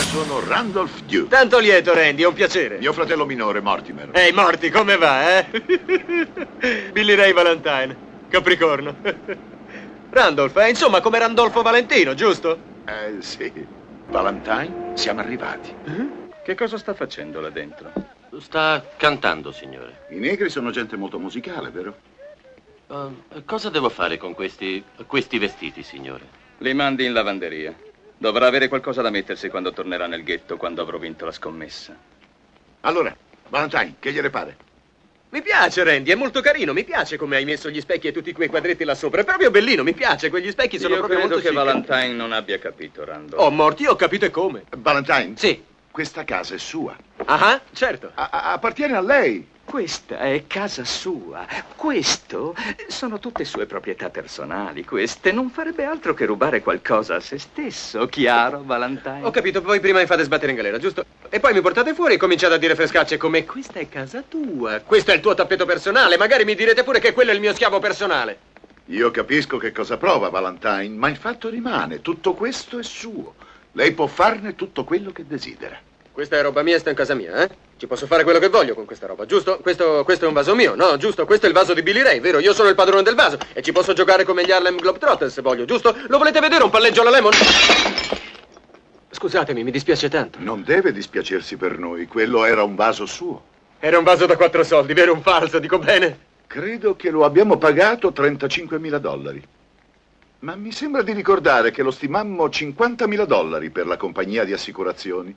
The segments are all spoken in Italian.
sono Randolph Duke. Tanto lieto, Randy, è un piacere. Mio fratello minore, Mortimer. Ehi, Morty, come va, Billy Ray Valentine, Capricorno. Randolph, insomma, come Randolfo Valentino, giusto? Sì. Valentine, siamo arrivati. Che cosa sta facendo là dentro? Sta cantando, signore. I negri sono gente molto musicale, vero? Cosa devo fare con questi vestiti, signore? Li mandi in lavanderia. Dovrà avere qualcosa da mettersi quando tornerà nel ghetto, quando avrò vinto la scommessa. Allora, Valentine, che gliene pare? Mi piace, Randy, è molto carino. Mi piace come hai messo gli specchi e tutti quei quadretti là sopra. È proprio bellino, mi piace. Quegli specchi sono Io proprio credo molto che chic. Valentine non abbia capito, Randolph. Oh, Morty, io ho capito e come. Valentine? Sì. Questa casa è sua. Ah, certo. Appartiene a lei. Questa è casa sua. Questo sono tutte sue proprietà personali. Queste non farebbe altro che rubare qualcosa a se stesso. Chiaro, Valentine? Ho capito, poi prima mi fate sbattere in galera, giusto? E poi mi portate fuori e cominciate a dire frescacce come questa è casa tua, questo è il tuo tappeto personale, magari mi direte pure che quello è il mio schiavo personale. Io capisco che cosa prova Valentine, ma il fatto rimane. Tutto questo è suo. Lei può farne tutto quello che desidera. Questa è roba mia e sta in casa mia, Ci posso fare quello che voglio con questa roba, giusto? Questo è un vaso mio, no? Giusto? Questo è il vaso di Billy Ray, vero? Io sono il padrone del vaso e ci posso giocare come gli Harlem Globetrotters se voglio, giusto? Lo volete vedere un palleggio alla Lemon? Scusatemi, mi dispiace tanto. Non deve dispiacersi per noi, quello era un vaso suo. Era un vaso da 4 soldi, vero? Un falso, dico bene? Credo che lo abbiamo pagato $35.000. Ma mi sembra di ricordare che lo stimammo $50.000 per la compagnia di assicurazioni.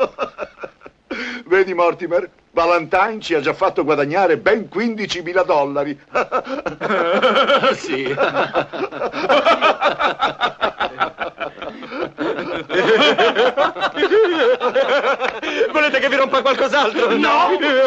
Vedi, Mortimer? Valentine ci ha già fatto guadagnare ben $15.000. Sì. Volete che vi rompa qualcos'altro? No!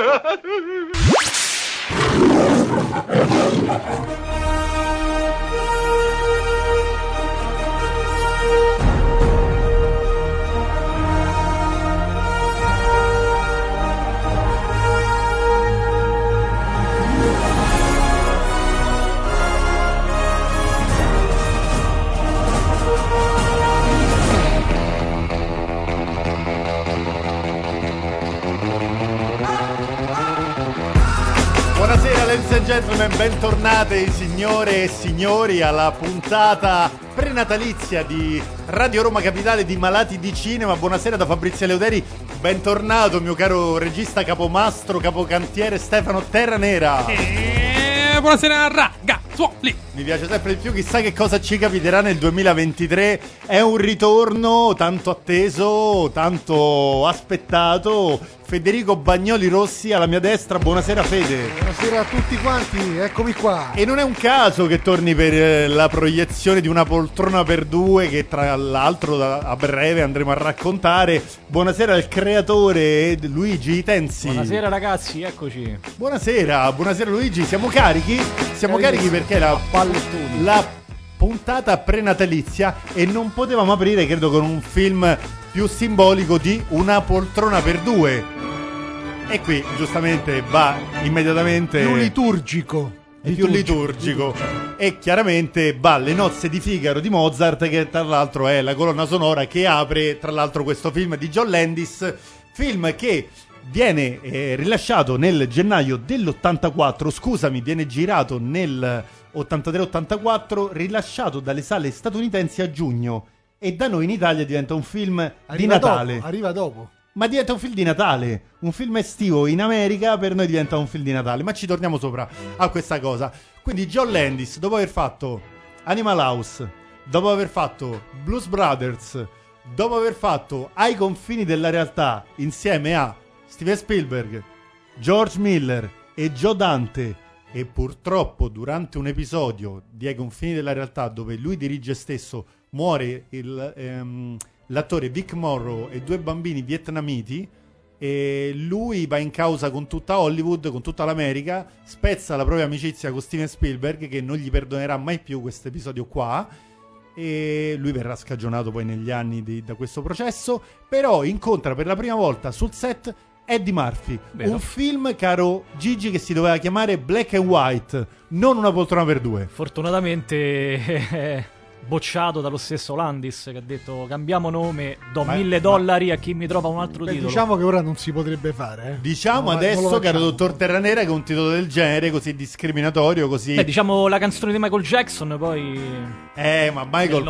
Buonasera ladies and gentlemen, bentornate signore e signori alla puntata prenatalizia di Radio Roma Capitale di Malati di Cinema. Buonasera da Fabrizio Leoderi, bentornato mio caro regista capomastro, capocantiere Stefano Terranera. Buonasera ragazzuoli. Mi piace sempre di più, chissà che cosa ci capiterà nel 2023. È un ritorno tanto atteso, tanto aspettato. Federico Bagnoli Rossi alla mia destra, buonasera Fede. Buonasera a tutti quanti, eccomi qua. E non è un caso che torni per la proiezione di Una poltrona per due, che tra l'altro a breve andremo a raccontare. Buonasera al creatore Luigi Tensi. Buonasera ragazzi, eccoci. Buonasera Luigi, siamo carichi? Siamo carichi perché la puntata prenatalizia e non potevamo aprire, credo, con un film più simbolico di Una poltrona per due. E qui giustamente va immediatamente più liturgico. E chiaramente va Le nozze di Figaro di Mozart, che tra l'altro è la colonna sonora che apre tra l'altro questo film di John Landis, film che viene rilasciato nel gennaio dell'84, scusami, viene girato nel 83-84, rilasciato dalle sale statunitensi a giugno e da noi in Italia diventa un film di Natale. Arriva dopo. Ma diventa un film di Natale, un film estivo in America, per noi diventa un film di Natale, ma ci torniamo sopra a questa cosa. Quindi John Landis, dopo aver fatto Animal House, dopo aver fatto Blues Brothers, dopo aver fatto Ai confini della realtà insieme a Steven Spielberg, George Miller e Joe Dante, e purtroppo durante un episodio di Ai confini della realtà dove lui dirige stesso muore l'attore Vic Morrow e 2 bambini vietnamiti, e lui va in causa con tutta Hollywood, con tutta l'America, spezza la propria amicizia con Steven Spielberg, che non gli perdonerà mai più questo episodio qua, e lui verrà scagionato poi negli anni da questo processo. Però incontra per la prima volta sul set Eddie Murphy. Vero. Un film, caro Gigi, che si doveva chiamare Black and White, non Una poltrona per due. Fortunatamente bocciato dallo stesso Landis, che ha detto cambiamo nome, do $1.000 a chi mi trova un altro titolo. Diciamo che ora non si potrebbe fare. Diciamo adesso, caro dottor Terranera, che un titolo del genere così discriminatorio, così... diciamo la canzone di Michael Jackson, poi... ma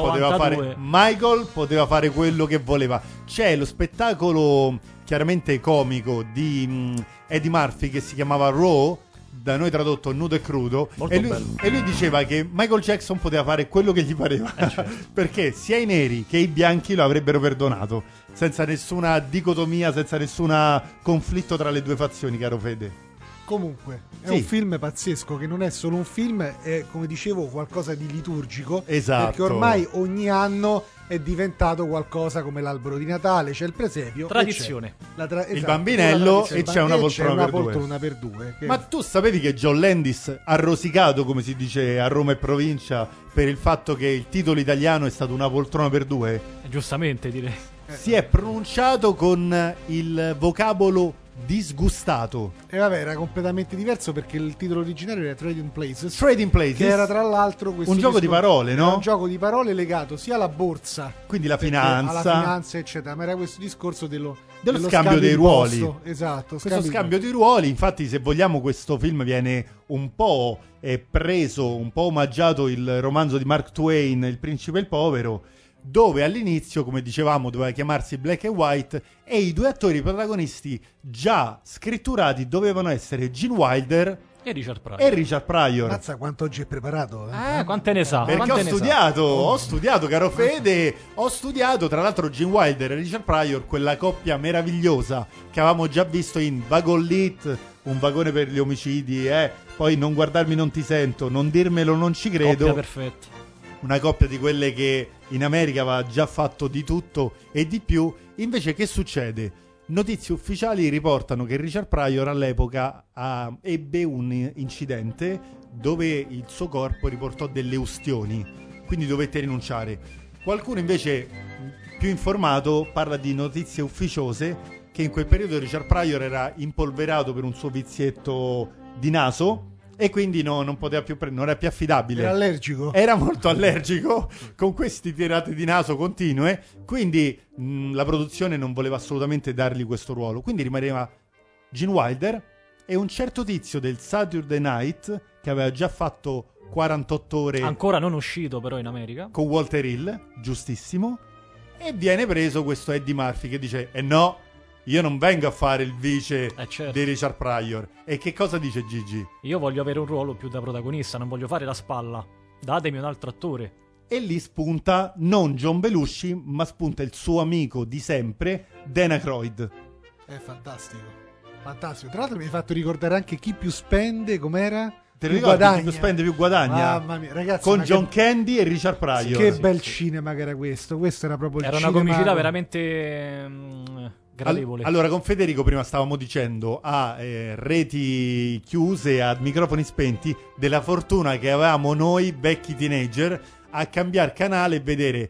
Michael poteva fare quello che voleva. C'è lo spettacolo chiaramente comico di Eddie Murphy che si chiamava Raw, da noi tradotto Nudo e Crudo, e lui diceva che Michael Jackson poteva fare quello che gli pareva, perché sia i neri che i bianchi lo avrebbero perdonato, senza nessuna dicotomia, senza nessun conflitto tra le due fazioni, caro Fede. Comunque, è un film pazzesco, che non è solo un film, è, come dicevo, qualcosa di liturgico. Esatto. Perché ormai ogni anno è diventato qualcosa come l'albero di Natale, c'è il presepio. Tradizione. Il bambinello e c'è una poltrona per due. Ma tu sapevi che John Landis ha rosicato, come si dice a Roma e provincia, per il fatto che il titolo italiano è stato Una poltrona per due? Giustamente, direi. Si è pronunciato con il vocabolo disgustato. E vabbè, era completamente diverso perché il titolo originario era Trading Places, che era tra l'altro un gioco di parole, no? Un gioco di parole legato sia alla borsa, quindi alla finanza, eccetera, ma era questo discorso dello scambio dei ruoli. Esatto, questo scambio di ruoli. Infatti, se vogliamo, questo film viene un po' preso, un po' omaggiato il romanzo di Mark Twain, Il principe e il povero, dove all'inizio, come dicevamo, doveva chiamarsi Black and White e i due attori protagonisti già scritturati dovevano essere Gene Wilder e Richard Pryor. Mazza quanto oggi è preparato, quante ne sa? Perché ho studiato, caro Fede, ho studiato, tra l'altro, Gene Wilder e Richard Pryor, quella coppia meravigliosa che avevamo già visto in Wagon Lit, un vagone per gli omicidi, poi Non guardarmi non ti sento, Non dirmelo non ci credo. Coppia perfetta. Una coppia di quelle che in America aveva già fatto di tutto e di più. Invece che succede? Notizie ufficiali riportano che Richard Pryor all'epoca ebbe un incidente dove il suo corpo riportò delle ustioni, quindi dovette rinunciare. Qualcuno invece più informato parla di notizie ufficiose, che in quel periodo Richard Pryor era impolverato per un suo vizietto di naso e quindi non poteva più non era più affidabile. Era allergico. Era molto allergico con queste tirate di naso continue, quindi la produzione non voleva assolutamente dargli questo ruolo. Quindi rimaneva Gene Wilder e un certo tizio del Saturday Night che aveva già fatto 48 ore, ancora non uscito però in America, con Walter Hill, giustissimo, e viene preso questo Eddie Murphy che dice no, io non vengo a fare il vice di Richard Pryor. E che cosa dice Gigi? Io voglio avere un ruolo più da protagonista, non voglio fare la spalla, datemi un altro attore. E lì spunta non John Belushi, ma spunta il suo amico di sempre, Dan Aykroyd. È fantastico, fantastico. Tra l'altro mi hai fatto ricordare anche Chi più spende, com'era? Te lo ricordi? Chi più spende più guadagna? Mamma mia, ragazzi, con John Candy e Richard Pryor. Che bel cinema che era questo. Questo era proprio il cinema. Era una comicità veramente gradevole. Allora, con Federico prima stavamo dicendo a reti chiuse, a microfoni spenti, della fortuna che avevamo noi, vecchi teenager, a cambiare canale e vedere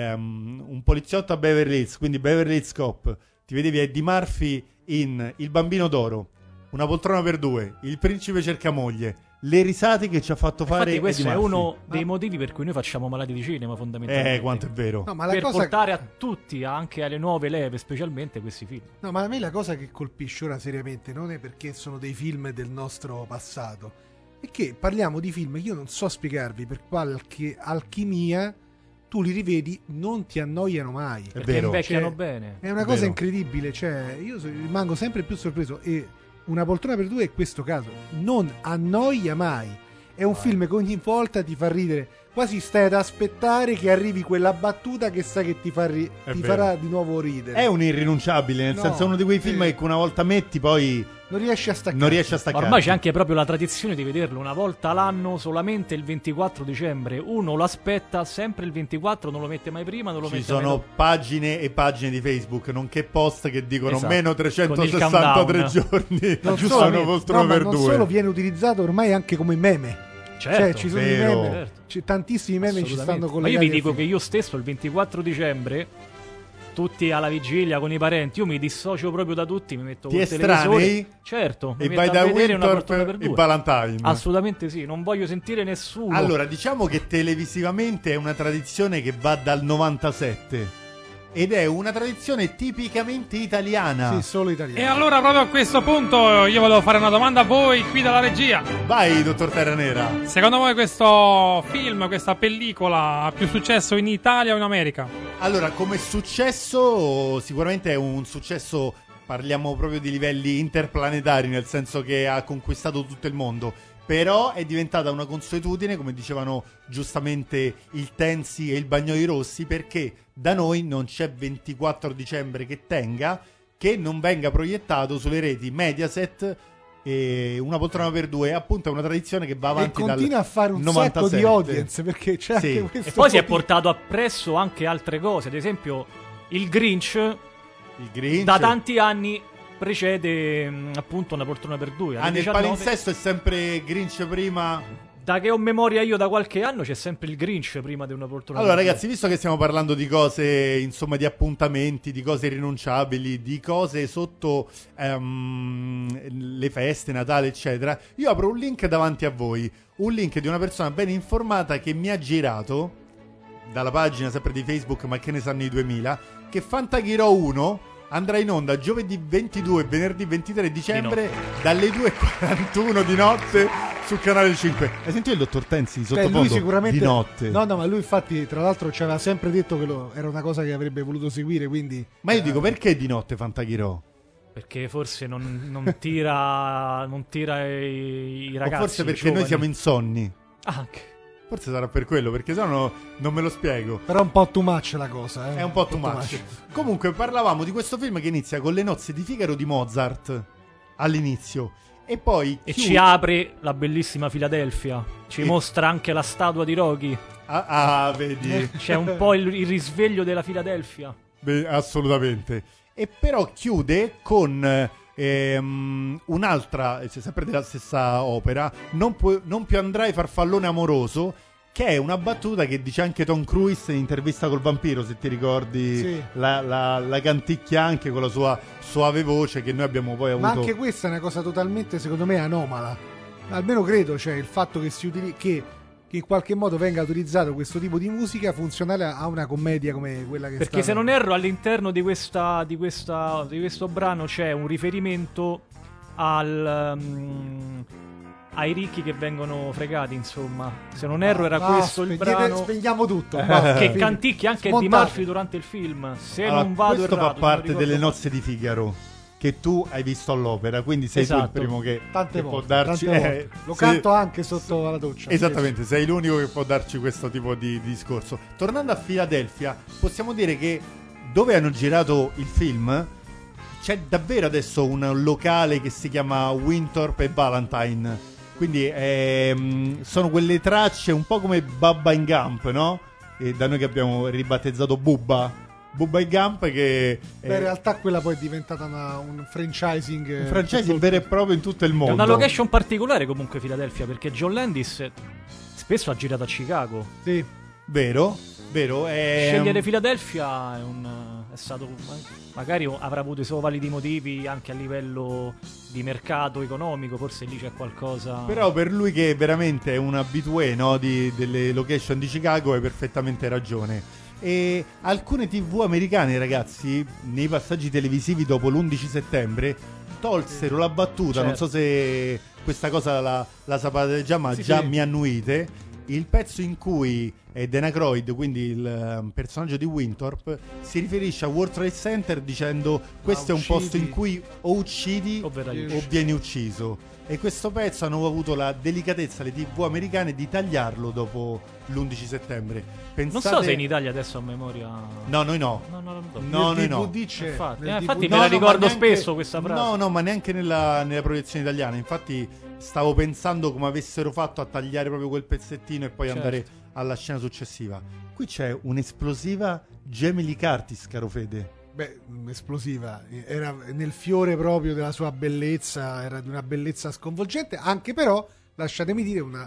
un poliziotto a Beverly Hills, quindi Beverly Hills Cop. Ti vedevi Eddie Murphy in Il bambino d'oro, Una poltrona per due, Il principe cerca moglie, le risate che ci ha fatto fare. Infatti questo Eddie è Murphy. uno dei motivi per cui noi facciamo Malati di Cinema, fondamentalmente. Quanto è vero. No, ma per portare a tutti, anche alle nuove leve specialmente, questi film. No, ma a me la cosa che colpisce ora seriamente non è perché sono dei film del nostro passato, è che parliamo di film che io non so spiegarvi per qualche alchimia tu li rivedi, non ti annoiano mai. È vero. Invecchiano bene. È una cosa incredibile, cioè io rimango sempre più sorpreso. E Una poltrona per due è questo caso, non annoia mai. È un film che ogni volta ti fa ridere, quasi stai ad aspettare che arrivi quella battuta che sai che ti farà di nuovo ridere. È un irrinunciabile, nel senso è uno di quei film che una volta metti poi non riesci a staccare. Ma ormai c'è anche proprio la tradizione di vederlo una volta l'anno, solamente il 24 dicembre. Uno lo aspetta sempre il 24, non lo mette mai prima, non lo mette mai dopo. Pagine e pagine di Facebook, nonché post che dicono meno 363 giorni. Non solo viene utilizzato ormai anche come meme. Certo, cioè, ci sono i meme, tantissimi meme ci stanno collegati. Ma io vi dico che io stesso il 24 dicembre tutti alla vigilia con i parenti. Io mi dissocio proprio da tutti, mi metto Ti col televisore. estranei? Certo, mi E metto vai a da vedere una Winthorpe fortuna per e due. Valentine. Assolutamente sì, non voglio sentire nessuno. Allora, diciamo che televisivamente è una tradizione che va dal 97 ed è una tradizione tipicamente italiana. Sì, solo italiano. E allora proprio a questo punto io volevo fare una domanda a voi qui dalla regia. Vai, dottor Terra Nera. Secondo voi questo film, questa pellicola ha più successo in Italia o in America? Allora, come successo, sicuramente è un successo, parliamo proprio di livelli interplanetari, nel senso che ha conquistato tutto il mondo. Però è diventata una consuetudine, come dicevano giustamente il Tensi e il Bagnoli Rossi, perché da noi non c'è 24 dicembre che tenga, che non venga proiettato sulle reti Mediaset e Una poltrona per due. Appunto è una tradizione che va avanti e dal continua a fare un 97. sacco di audience, perché c'è Sì. anche questo E poi si è motivo. portato appresso anche altre cose, ad esempio il Grinch Il Grinch. da tanti anni precede appunto Una poltrona per due. Alle Nel 19, palinsesto è sempre Grinch prima. da che ho memoria io da qualche anno c'è sempre il Grinch prima di Una poltrona Allora per ragazzi, visto che stiamo parlando di cose, insomma, di appuntamenti, di cose irrinunciabili, di cose sotto le feste, Natale, eccetera, io apro un link davanti a voi, un link di una persona ben informata che mi ha girato dalla pagina sempre di Facebook, ma che ne sanno i 2000, che Fantaghirò 1 andrà in onda giovedì 22 e venerdì 23 dicembre dalle 2:41 di notte sul canale 5. Hai sentito il dottor Tensi sottofondo? Lui sicuramente di notte? No, ma lui infatti tra l'altro ci aveva sempre detto che era una cosa che avrebbe voluto seguire, quindi Ma io dico, perché di notte Fantaghirò? perché forse non tira i ragazzi. O forse i perché giovani. noi siamo insonni. Anche. Forse sarà per quello, perché sennò non me lo spiego. però è un po' too much la cosa, È un po' too much. Comunque parlavamo di questo film che inizia con le nozze di Figaro di Mozart all'inizio e poi E ci apre la bellissima Filadelfia. Ci mostra anche la statua di Rocky. vedi. C'è un po' il risveglio della Filadelfia. Beh, assolutamente. E però chiude con un'altra, sempre della stessa opera, non più andrai farfallone amoroso, che è una battuta che dice anche Tom Cruise in Intervista col vampiro, se ti ricordi. Sì. la canticchia anche con la sua suave voce, che noi abbiamo poi avuto. Ma anche questa è una cosa totalmente, secondo me, anomala. Almeno credo, cioè il fatto che che in qualche modo venga utilizzato questo tipo di musica funzionale a una commedia come quella che Perché se non erro all'interno di questo brano c'è un riferimento ai ricchi che vengono fregati, insomma. Se non erro era questo il brano spegniamo tutto. che canticchia anche Eddie Murphy durante il film. Se Allora, non vado questo errato, fa parte non ricordo delle male. nozze di Figaro che tu hai visto all'opera, quindi sei tu il Esatto. primo che Tante può volte, darci tante volte. Lo sì. canto anche sotto la doccia. Esattamente, sei l'unico che può darci questo tipo di discorso. Tornando a Filadelfia, possiamo dire che dove hanno girato il film c'è davvero adesso un locale che si chiama Winthorpe e Valentine. Quindi sono quelle tracce un po' come Bubba in Gump, no? E da noi che abbiamo ribattezzato Bubba in Gump, che Beh, in realtà quella poi è diventata un franchising. un franchising vero e proprio in tutto il È mondo. una location particolare comunque Filadelfia, perché John Landis spesso ha girato a Chicago. Sì. Vero? Scegliere Filadelfia è stato, magari avrà avuto i suoi validi motivi anche a livello di mercato economico, forse lì c'è qualcosa. Però per lui che veramente è un habitué, no, delle location di Chicago, hai perfettamente ragione. E alcune TV americane, ragazzi, nei passaggi televisivi dopo l'11 settembre tolsero la battuta, non so se questa cosa la sapete già, ma Sì, già sì. mi annuite. Il pezzo in cui Dan Aykroyd, quindi il personaggio di Winthorpe, si riferisce a World Trade Center dicendo questo è un posto in cui o uccidi O verrai o vieni ucciso. E questo pezzo hanno avuto la delicatezza, le TV americane, di tagliarlo dopo l'11 settembre. Pensate... Non so se in Italia adesso a memoria. No, noi no. No. Nel no. DVD c'è. Infatti, Nel infatti DVD me la No, ricordo ma neanche- spesso questa frase. No, ma neanche nella proiezione italiana. Infatti stavo pensando come avessero fatto a tagliare proprio quel pezzettino e poi Certo. andare alla scena successiva. Qui c'è un'esplosiva Jamie Lee Curtis, caro Fede. Beh, esplosiva, era nel fiore proprio della sua bellezza, era di una bellezza sconvolgente, anche però, lasciatemi dire, una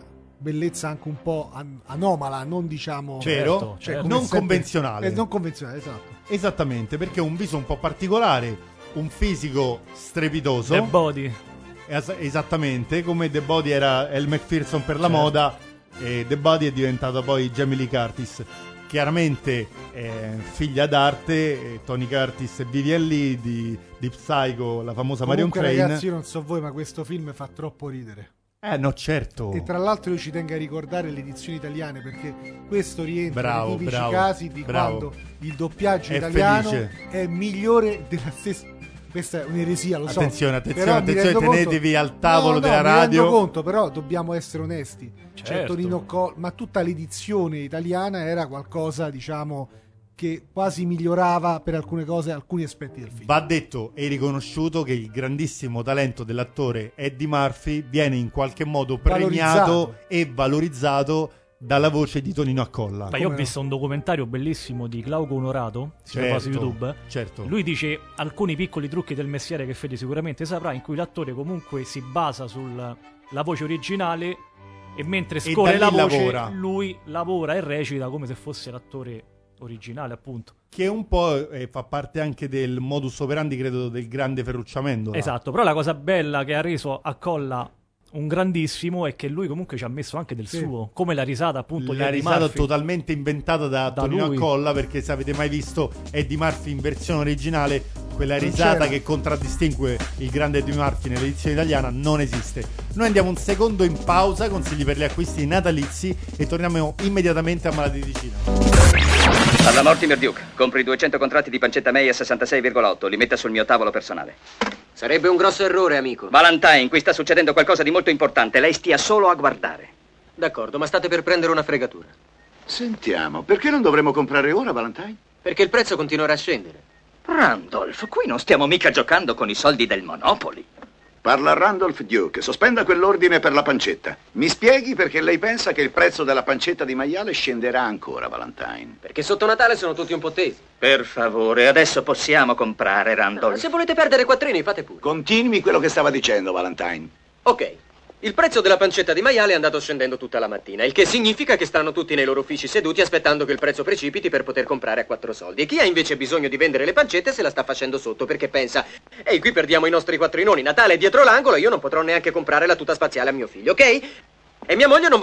bellezza anche un po' anomala, non diciamo Vero? cioè, Non come sempre- convenzionale. non convenzionale, esatto. Esattamente, perché è un viso un po' particolare, un fisico strepitoso. The Body. Esattamente, come The Body era El McPherson per la moda, e The Body è diventata poi Jamie Lee Curtis. Chiaramente figlia d'arte, Tony Curtis e Vivian Lee di Psycho, la famosa Marion Comunque, Crane. ragazzi, io non so voi, ma questo film fa troppo ridere. No, certo. E tra l'altro io ci tengo a ricordare le edizioni italiane, perché questo rientra Bravo, nei tipici bravo, casi di bravo. quando il doppiaggio È italiano felice. è migliore della stessa. Questa è un'eresia, lo so. Attenzione, Però mi rendo tenetevi conto- al tavolo No, della mi radio. rendo conto, però dobbiamo essere onesti. Cioè, Certo. Tonino ma tutta l'edizione italiana era qualcosa, diciamo, che quasi migliorava per alcune cose, alcuni aspetti del film. Va detto e riconosciuto che il grandissimo talento dell'attore Eddie Murphy viene in qualche modo premiato e valorizzato dalla voce di Tonino Accolla. Ma io ho Come no? visto un documentario bellissimo di Glauco Onorato, si trova su YouTube. Certo. Lui dice alcuni piccoli trucchi del mestiere che Fede sicuramente saprà, in cui l'attore comunque si basa sulla voce originale e mentre E scorre da la lì voce lavora. lui lavora e recita come se fosse l'attore originale, appunto. Che un po' fa parte anche del modus operandi, credo, del grande Ferruccio Amendola. Esatto, però la cosa bella che ha reso Accolla un grandissimo è che lui comunque ci ha messo anche del Sì. suo, come la risata appunto di La Eddie risata Murphy. totalmente inventata da Tonino lui. Accolla, perché se avete mai visto Eddie Murphy in versione originale, quella Non risata c'era. che contraddistingue il grande Eddie Murphy nell'edizione italiana non esiste. Noi andiamo un secondo in pausa, consigli per gli acquisti natalizi, e torniamo immediatamente a Malati di Cinema. Parla Mortimer Duke. Compri 200 contratti di pancetta May a 66,8. Li metta sul mio tavolo personale. Sarebbe un grosso errore, amico. Valentine, qui sta succedendo qualcosa di molto importante. Lei stia solo a guardare. D'accordo, ma state per prendere una fregatura. Sentiamo, perché non dovremmo comprare ora, Valentine? Perché il prezzo continuerà a scendere. Randolph, qui non stiamo mica giocando con i soldi del Monopoly. Parla Randolph Duke, sospenda quell'ordine per la pancetta. Mi spieghi perché lei pensa che il prezzo della pancetta di maiale scenderà ancora, Valentine? Perché sotto Natale sono tutti un po' tesi. Per favore, adesso possiamo comprare, Randolph. Se volete perdere quattrini, fate pure. Continui quello che stava dicendo, Valentine. Ok. Il prezzo della pancetta di maiale è andato scendendo tutta la mattina, il che significa che stanno tutti nei loro uffici seduti aspettando che il prezzo precipiti per poter comprare a 4 soldi. E chi ha invece bisogno di vendere le pancette se la sta facendo sotto, perché pensa: ehi, qui perdiamo i nostri quattrinoni, Natale è dietro l'angolo, io non potrò neanche comprare la tuta spaziale a mio figlio, ok? E mia moglie non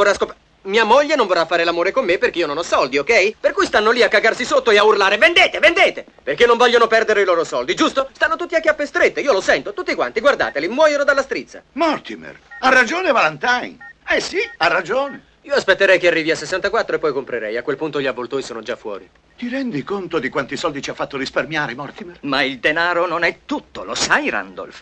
vorrà fare l'amore con me perché io non ho soldi, ok? Per cui stanno lì a cagarsi sotto e a urlare: vendete, vendete! Perché non vogliono perdere i loro soldi, giusto? Stanno tutti a chiappe strette, io lo sento, tutti quanti, guardateli, muoiono dalla strizza. Mortimer, ha ragione Valentine. Eh sì, ha ragione. Io aspetterei che arrivi a 64 e poi comprerei. A quel punto gli avvoltoi sono già fuori. Ti rendi conto di quanti soldi ci ha fatto risparmiare, Mortimer? Ma il denaro non è tutto, lo sai, Randolph?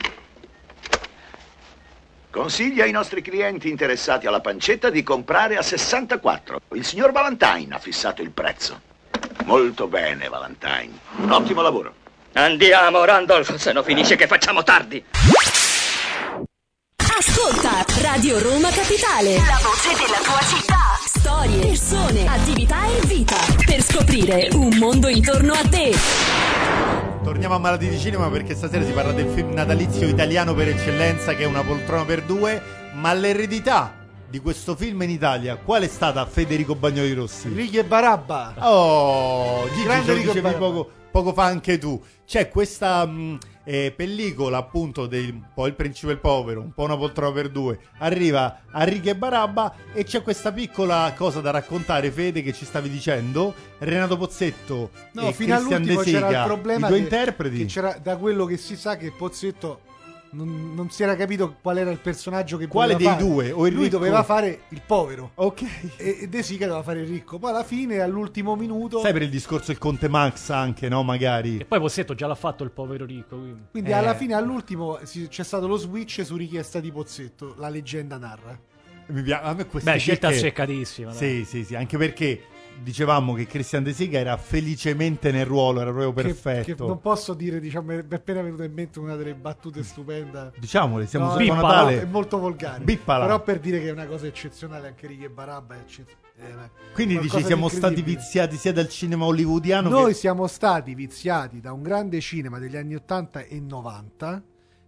Consiglia ai nostri clienti interessati alla pancetta di comprare a 64. Il signor Valentine ha fissato il prezzo. Molto bene, Valentine. Un ottimo lavoro. Andiamo, Randolph, se no finisce che facciamo tardi. Ascolta Radio Roma Capitale, la voce della tua città. Storie, persone, attività e vita, per scoprire un mondo intorno a te. Torniamo a Malati di Cinema, perché stasera si parla del film natalizio italiano per eccellenza, che è Una poltrona per due. Ma l'eredità di questo film in Italia qual è stata, Federico Bagnoli Rossi? Righi e Barabba. Oh, Gigi, Grande ce lo Rico dicevi Barabba. poco fa anche tu. C'è questa pellicola, appunto, un po' Il Principe e il Povero, un po' Una poltrona per due, arriva a Righi e Barabba, e c'è questa piccola cosa da raccontare, Fede, che ci stavi dicendo. Renato Pozzetto No, e fino Christian all'ultimo De c'era Sica, il problema i due che interpreti. c'era, da quello che si sa, che Pozzetto non si era capito qual era il personaggio che Quale voleva dei fare. due? O il Lui ricco? doveva fare il povero Ok. e De Sica doveva fare il ricco. Poi alla fine, all'ultimo minuto, Sai, per il discorso il Conte Max anche, no? Magari. E poi Pozzetto già l'ha fatto il povero ricco, quindi alla fine, all'ultimo, c'è stato lo switch su richiesta di Pozzetto. La leggenda narra. Mi piace. A me queste Beh, scelta checche- azzeccatissima. dai. Sì, anche perché dicevamo che Christian De Sica era felicemente nel ruolo, era proprio perfetto. Che non posso dire, diciamo, mi è appena venuta in mente una delle battute stupende. Diciamole, siamo No, sotto Bippala. Natale. è molto volgare. Bippala. Però per dire che è una cosa eccezionale, anche Righi e Barabba è Quindi qualcosa dici, di siamo stati incredibile. viziati sia dal cinema hollywoodiano Noi che... siamo stati viziati da un grande cinema degli anni 80 e 90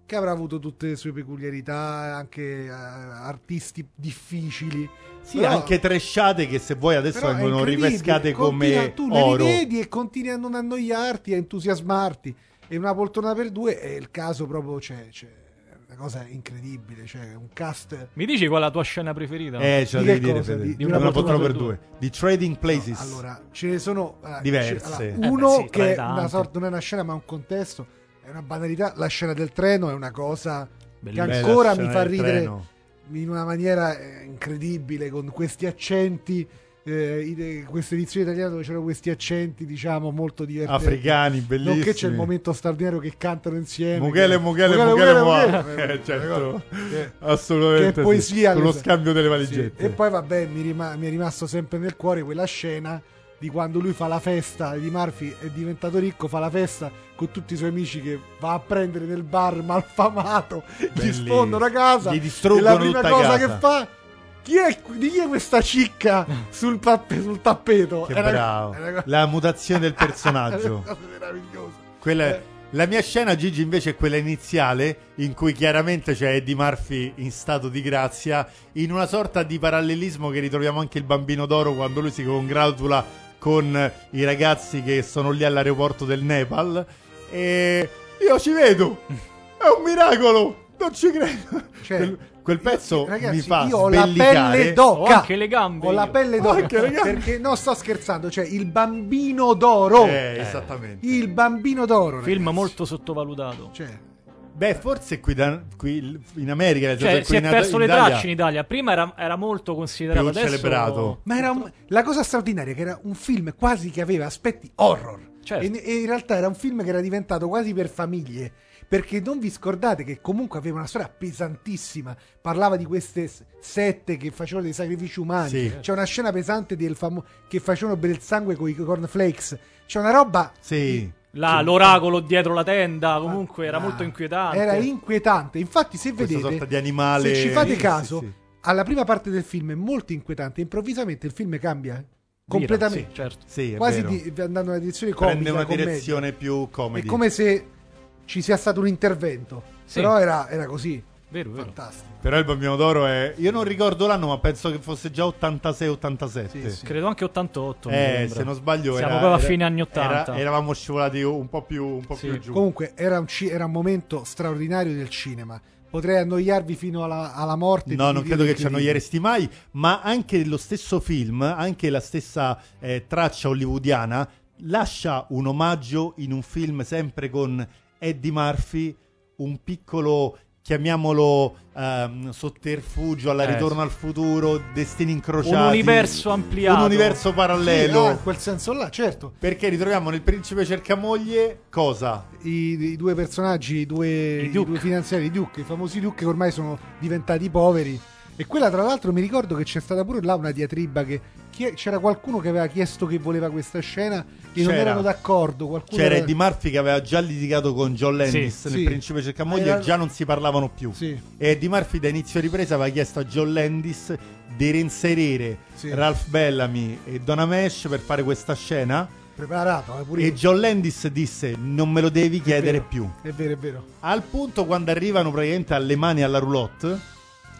che avrà avuto tutte le sue peculiarità, anche artisti difficili. Sì, Però, anche tresciate che se vuoi adesso però è vengono incredibile, ripescate come tu le oro. rivedi e continui a non annoiarti, a entusiasmarti. E Una poltrona per due è il caso proprio, c'è una cosa incredibile, cioè un cast. Mi dici qual è la tua scena preferita? Ce la Di devi che dire, cosa? Fede. Di Una Una poltrona per poltrona due. Di Trading Places. No, allora, ce ne sono Diverse. uno sì, tra che le è tante. una sorta, non è una scena ma un contesto, è una banalità. La scena del treno è una cosa Bellissima. che Bella ancora scena mi fa del ridere treno. in una maniera incredibile, con questi accenti, questa edizione italiana dove c'erano questi accenti, diciamo, molto divertenti, Africani, bellissimi. nonché c'è il momento straordinario che cantano insieme, Mughele, certo, assolutamente, che è poesia, con lo questa. scambio delle Sì. valigette. E poi vabbè, mi è rimasto sempre nel cuore quella scena di quando lui fa la festa, Eddie Murphy è diventato ricco, fa la festa con tutti i suoi amici che va a prendere nel bar malfamato, gli Bellissimo. sfondono a casa, Gli distruggono e la prima tutta cosa casa. che fa, di chi è questa cicca sul tappeto? Che Era- bravo. era una cosa- La mutazione del personaggio. una cosa meravigliosa. Quella- La mia scena, Gigi, invece è quella iniziale in cui chiaramente c'è Eddie Murphy in stato di grazia, in una sorta di parallelismo che ritroviamo anche il Bambino d'Oro quando lui si congratula con i ragazzi che sono lì all'aeroporto del Nepal, e io ci vedo, è un miracolo, non ci credo. Cioè, quel pezzo ragazzi, mi fa io ho la sbellicare. pelle Ho d'oca, anche le gambe. ho la io. pelle Ho anche le d'oca, gambe. perché non sto scherzando, cioè il Bambino d'Oro, Esattamente. il Bambino d'Oro, Film ragazzi. molto sottovalutato. Cioè, Beh, forse qui in America, nel senso Cioè, che si qui è in perso le Italia tracce in Italia. Prima era molto considerato, più adesso celebrato. ma era la cosa straordinaria è che era un film quasi che aveva aspetti horror. Certo. E in realtà era un film che era diventato quasi per famiglie, perché non vi scordate che comunque aveva una storia pesantissima, parlava di queste sette che facevano dei sacrifici umani, Sì. c'è una scena pesante che facevano bere il sangue con i cornflakes, c'è una roba Sì. l'oracolo dietro la tenda, comunque era molto inquietante. era inquietante. Infatti se Questa vedete, sorta di animale. se ci fate Sì, caso, sì, sì. alla prima parte del film è molto inquietante, improvvisamente il film cambia completamente, Sì, certo. Sì, è quasi vero. andando in una direzione comica, Prende una commedia. direzione più È comedy. come se ci sia stato un intervento, Sì. però era così, Vero. fantastico. Però il Bambino d'Oro è... Io non ricordo l'anno, ma penso che fosse già 86-87. Sì, sì. Credo anche 88. mi sembra. Se non sbaglio Siamo era... proprio a era- fine anni 80. eravamo scivolati un po' più Sì. giù. Comunque era un momento straordinario del cinema. Potrei annoiarvi fino alla morte. No, di non dire credo che ci incredibile. annoieresti mai, ma anche lo stesso film, anche la stessa traccia hollywoodiana, lascia un omaggio in un film sempre con Eddie Murphy, un piccolo, chiamiamolo sotterfugio alla Ritorno al futuro, destini incrociati. Un universo ampliato. Un universo parallelo. in quel senso là, certo. Perché ritroviamo nel Principe Cercamoglie cosa? I due personaggi, i due Duke. finanziari, i Duke, i famosi Duke, che ormai sono diventati poveri. E quella, tra l'altro, mi ricordo che c'è stata pure là una diatriba che c'era qualcuno che aveva chiesto che voleva questa scena e non C'era. erano d'accordo. Qualcuno C'era era- Eddie Murphy che aveva già litigato con John Landis Sì, nel sì. Principe Cercamoglie Era- e già non si parlavano più. Sì. E Eddie Murphy da inizio ripresa aveva chiesto a John Landis di reinserire Sì. Ralph Bellamy e Donna Mesh per fare questa scena, preparato, pure e io. John Landis disse non me lo devi chiedere vero. più. È vero, è vero. Al punto quando arrivano praticamente alle mani alla roulotte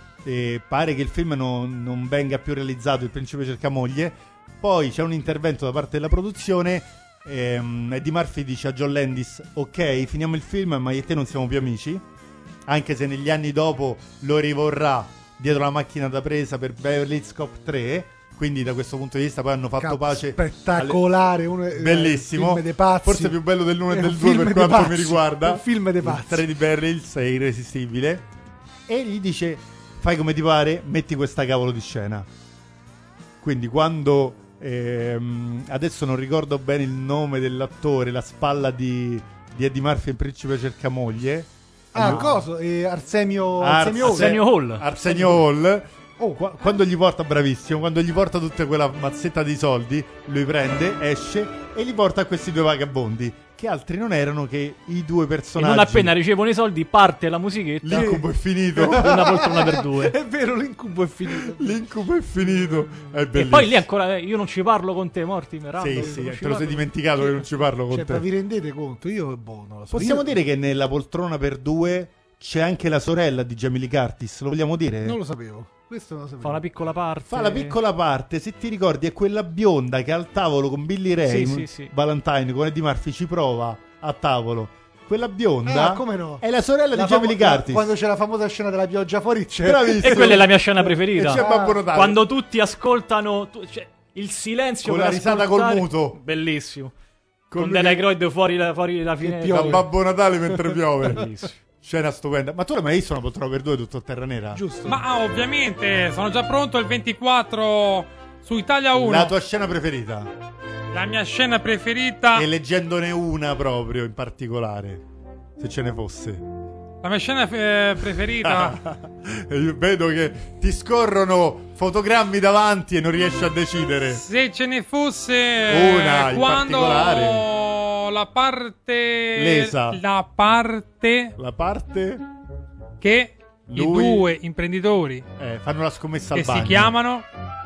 e pare che il film non venga più realizzato, il Principe Cercamoglie, poi c'è un intervento da parte della produzione. Eddie Murphy dice a John Landis: ok, finiamo il film, ma io e te non siamo più amici, anche se negli anni dopo lo rivorrà dietro la macchina da presa per Beverly Hills Cop 3. Quindi da questo punto di vista poi hanno fatto pace. Spettacolare, Bellissimo, film dei pazzi. forse più bello dell'1 e È del un 2 film per dei quanto mi pazzi, riguarda. un film dei Il pazzi. 3 di Beverly Hills è irresistibile. E gli dice: fai come ti pare, metti questa cavolo di scena. Quindi quando adesso non ricordo bene il nome dell'attore, la spalla di Eddie Murphy in Principe Cercamoglie. Coso? Arsenio Arsenio Hall. Arsenio Hall. Oh, Quando gli porta, bravissimo, quando gli porta tutta quella mazzetta di soldi, lui prende, esce e li porta a questi due vagabondi, che altri non erano che i due E personaggi. non appena ricevono i soldi parte la musichetta. L'incubo è finito. Una poltrona per due. è vero, l'incubo è finito. L'incubo è finito. È E bellissimo. poi lì ancora io non ci parlo con te, Morti Miranda. Sì, io sì, non ci te lo sei parlo. dimenticato che non ci parlo con Cioè, te. ma vi rendete conto? Io, non lo so. Possiamo Io- dire che nella poltrona per due c'è anche la sorella di Jamie Lee Curtis, lo vogliamo dire? Non lo sapevo. Questo non lo sapevo. Fa una piccola parte. Fa la piccola parte, se ti ricordi, è quella bionda che al tavolo con Billy Ray, sì. Valentine, con Eddie Murphy ci prova a tavolo. Quella bionda come no? è la sorella di Jamie Lee Curtis. Quando c'è la famosa scena della pioggia fuori c'è. Bravissimo. E quella è la mia scena preferita. E c'è Babbo Natale. Quando tutti ascoltano il silenzio con per la risata ascoltare. col muto. Bellissimo. lui Con Dan che- Aykroyd fuori la finestra. Da Babbo Natale mentre piove. Bellissimo. Scena stupenda. Ma tu l'hai mai visto Una poltrona per due, Dottor Terra Nera? Giusto. Ma ovviamente sono già pronto il 24 su Italia 1. La tua scena preferita? La mia scena preferita. E leggendone una proprio in particolare, se ce ne fosse. La mia scena preferita. Io vedo che ti scorrono fotogrammi davanti e non riesci a decidere. Se ce ne fosse Una in quando particolare. la parte Lesa. la parte La parte che i Lui- due imprenditori fanno la scommessa che al bagno. si chiamano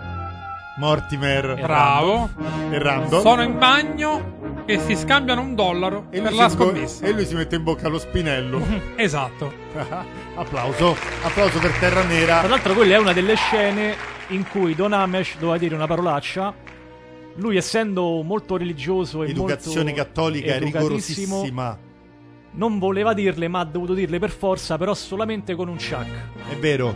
Mortimer Bravo e Randall. sono in bagno e si scambiano $1 e per lui, la si scommessa. e lui si mette in bocca lo spinello. Esatto. Applauso per Terra Nera. Tra l'altro quella è una delle scene in cui Don Amesh doveva dire una parolaccia. Lui, essendo molto religioso e Educazione molto cattolica educatissimo, rigorosissima. non voleva dirle, ma ha dovuto dirle per forza, però solamente con un chuck. È vero.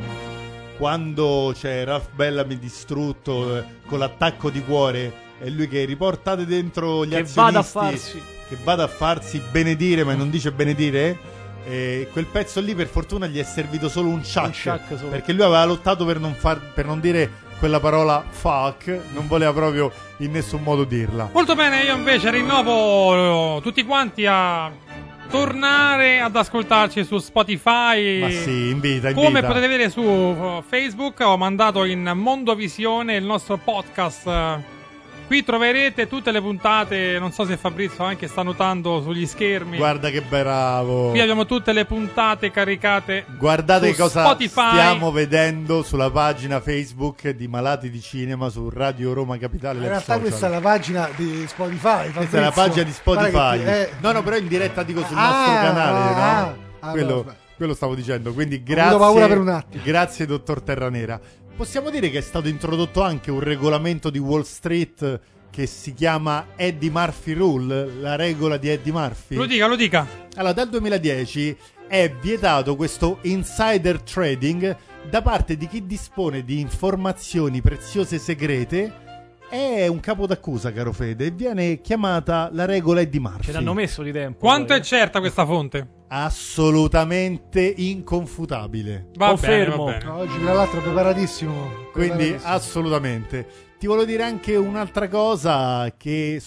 Quando c'è Ralph Bellamy distrutto con l'attacco di cuore e lui che riportate dentro gli Che azionisti, vada a farsi. che vada a farsi benedire, ma non dice benedire. E quel pezzo lì per fortuna gli è servito solo un chuck, solo. perché lui aveva lottato per non dire quella parola fuck, non voleva proprio in nessun modo dirla. Molto bene, io invece rinnovo tutti quanti a tornare ad ascoltarci su Spotify. Ma sì, invita. Come potete vedere su Facebook, ho mandato in Mondovisione il nostro podcast. Qui troverete tutte le puntate. Non so se Fabrizio anche sta notando sugli schermi. Guarda che bravo. Qui abbiamo tutte le puntate caricate. Guardate su cosa Spotify. stiamo vedendo sulla pagina Facebook di Malati di Cinema su Radio Roma Capitale. In realtà questa è la pagina di Spotify. Questa è la pagina di Spotify. No, però in diretta dico sul nostro canale, no? Quello stavo dicendo. Quindi Ho avuto paura per un attimo. Grazie, Dottor Terranera. Possiamo dire che è stato introdotto anche un regolamento di Wall Street che si chiama Eddie Murphy Rule, la regola di Eddie Murphy. Lo dica. Allora, dal 2010 è vietato questo insider trading da parte di chi dispone di informazioni preziose segrete. È un capo d'accusa, caro Fede, e viene chiamata la regola Eddie Murphy. Ce l'hanno messo di tempo. Quanto è certa questa fonte? Assolutamente inconfutabile. Confermo. Va bene. No, oggi tra l'altro è preparatissimo. Quindi assolutamente. Ti volevo dire anche un'altra cosa, che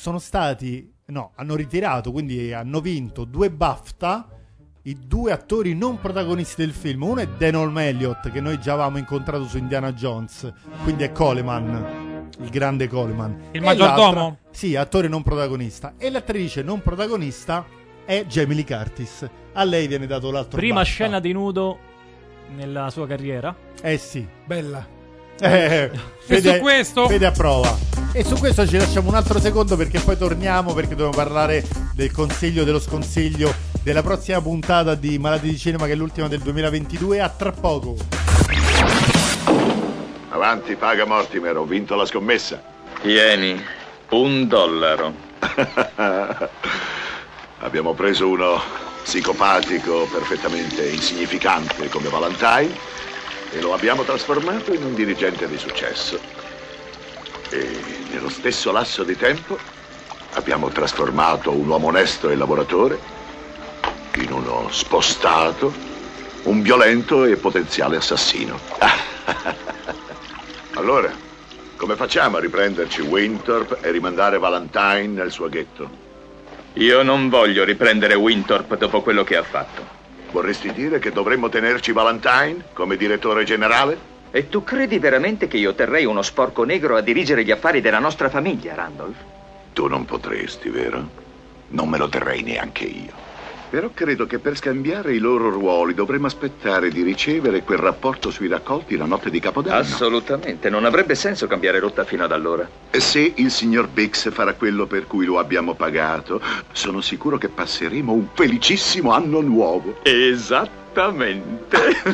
hanno ritirato, quindi hanno vinto 2 BAFTA i 2 attori non protagonisti del film. Uno è Denholm Elliott, che noi già avevamo incontrato su Indiana Jones, quindi è Coleman, il grande Coleman. Il maggiordomo? Sì, attore non protagonista. E l'attrice non protagonista è Jamie Lee Curtis. A lei viene dato l'altro Prima BAFTA. scena di nudo nella sua carriera. Sì. Bella. E su questo? Fede a prova. E su questo ci lasciamo un altro secondo, perché poi torniamo, perché dobbiamo parlare del consiglio, dello sconsiglio della prossima puntata di Malati di Cinema, che è l'ultima del 2022. A tra poco. Avanti, paga Mortimer, ho vinto la scommessa. Tieni, $1. Abbiamo preso uno psicopatico perfettamente insignificante come Valentine e lo abbiamo trasformato in un dirigente di successo. E nello stesso lasso di tempo abbiamo trasformato un uomo onesto e lavoratore in uno spostato, un violento e potenziale assassino. Allora, come facciamo a riprenderci Winthorpe e rimandare Valentine nel suo ghetto? Io non voglio riprendere Winthorpe dopo quello che ha fatto. Vorresti dire che dovremmo tenerci Valentine come direttore generale? E tu credi veramente che io terrei uno sporco negro a dirigere gli affari della nostra famiglia, Randolph? Tu non potresti, vero? Non me lo terrei neanche io. Però credo che per scambiare i loro ruoli dovremmo aspettare di ricevere quel rapporto sui raccolti la notte di Capodanno. Assolutamente, non avrebbe senso cambiare rotta fino ad allora. E se il signor Biggs farà quello per cui lo abbiamo pagato, sono sicuro che passeremo un felicissimo anno nuovo. Esattamente. Assolutamente.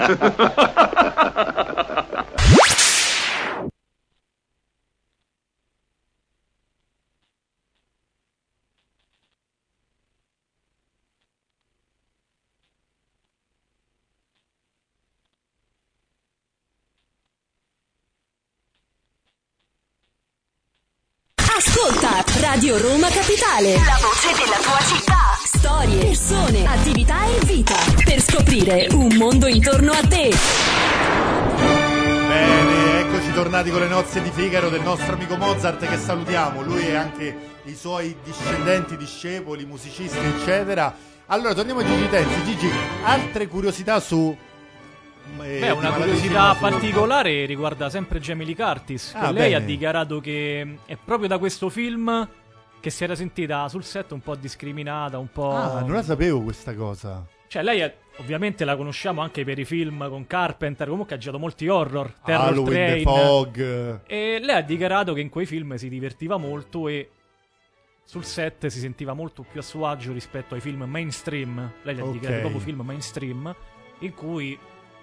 Ascolta Radio Roma Capitale, la voce della tua città. Storie, persone, attività e vita. Per scoprire un mondo intorno a te. Bene, eccoci tornati con le nozze di Figaro del nostro amico Mozart, che salutiamo. Lui e anche i suoi discendenti, discepoli, musicisti, eccetera. Allora, torniamo a Gigi Tenzi. Gigi, altre curiosità su... una curiosità particolare riguarda sempre Jamie Lee Curtis, che lei bene. ha dichiarato che è proprio da questo film che si era sentita sul set un po' discriminata, un po'... Ah, non la sapevo questa cosa. Cioè lei ovviamente la conosciamo anche per i film con Carpenter, comunque ha girato molti horror, Terror Halloween, Train, The Fog. e lei ha dichiarato che in quei film si divertiva molto e sul set si sentiva molto più a suo agio rispetto ai film mainstream. Lei ha dichiarato proprio film mainstream, in cui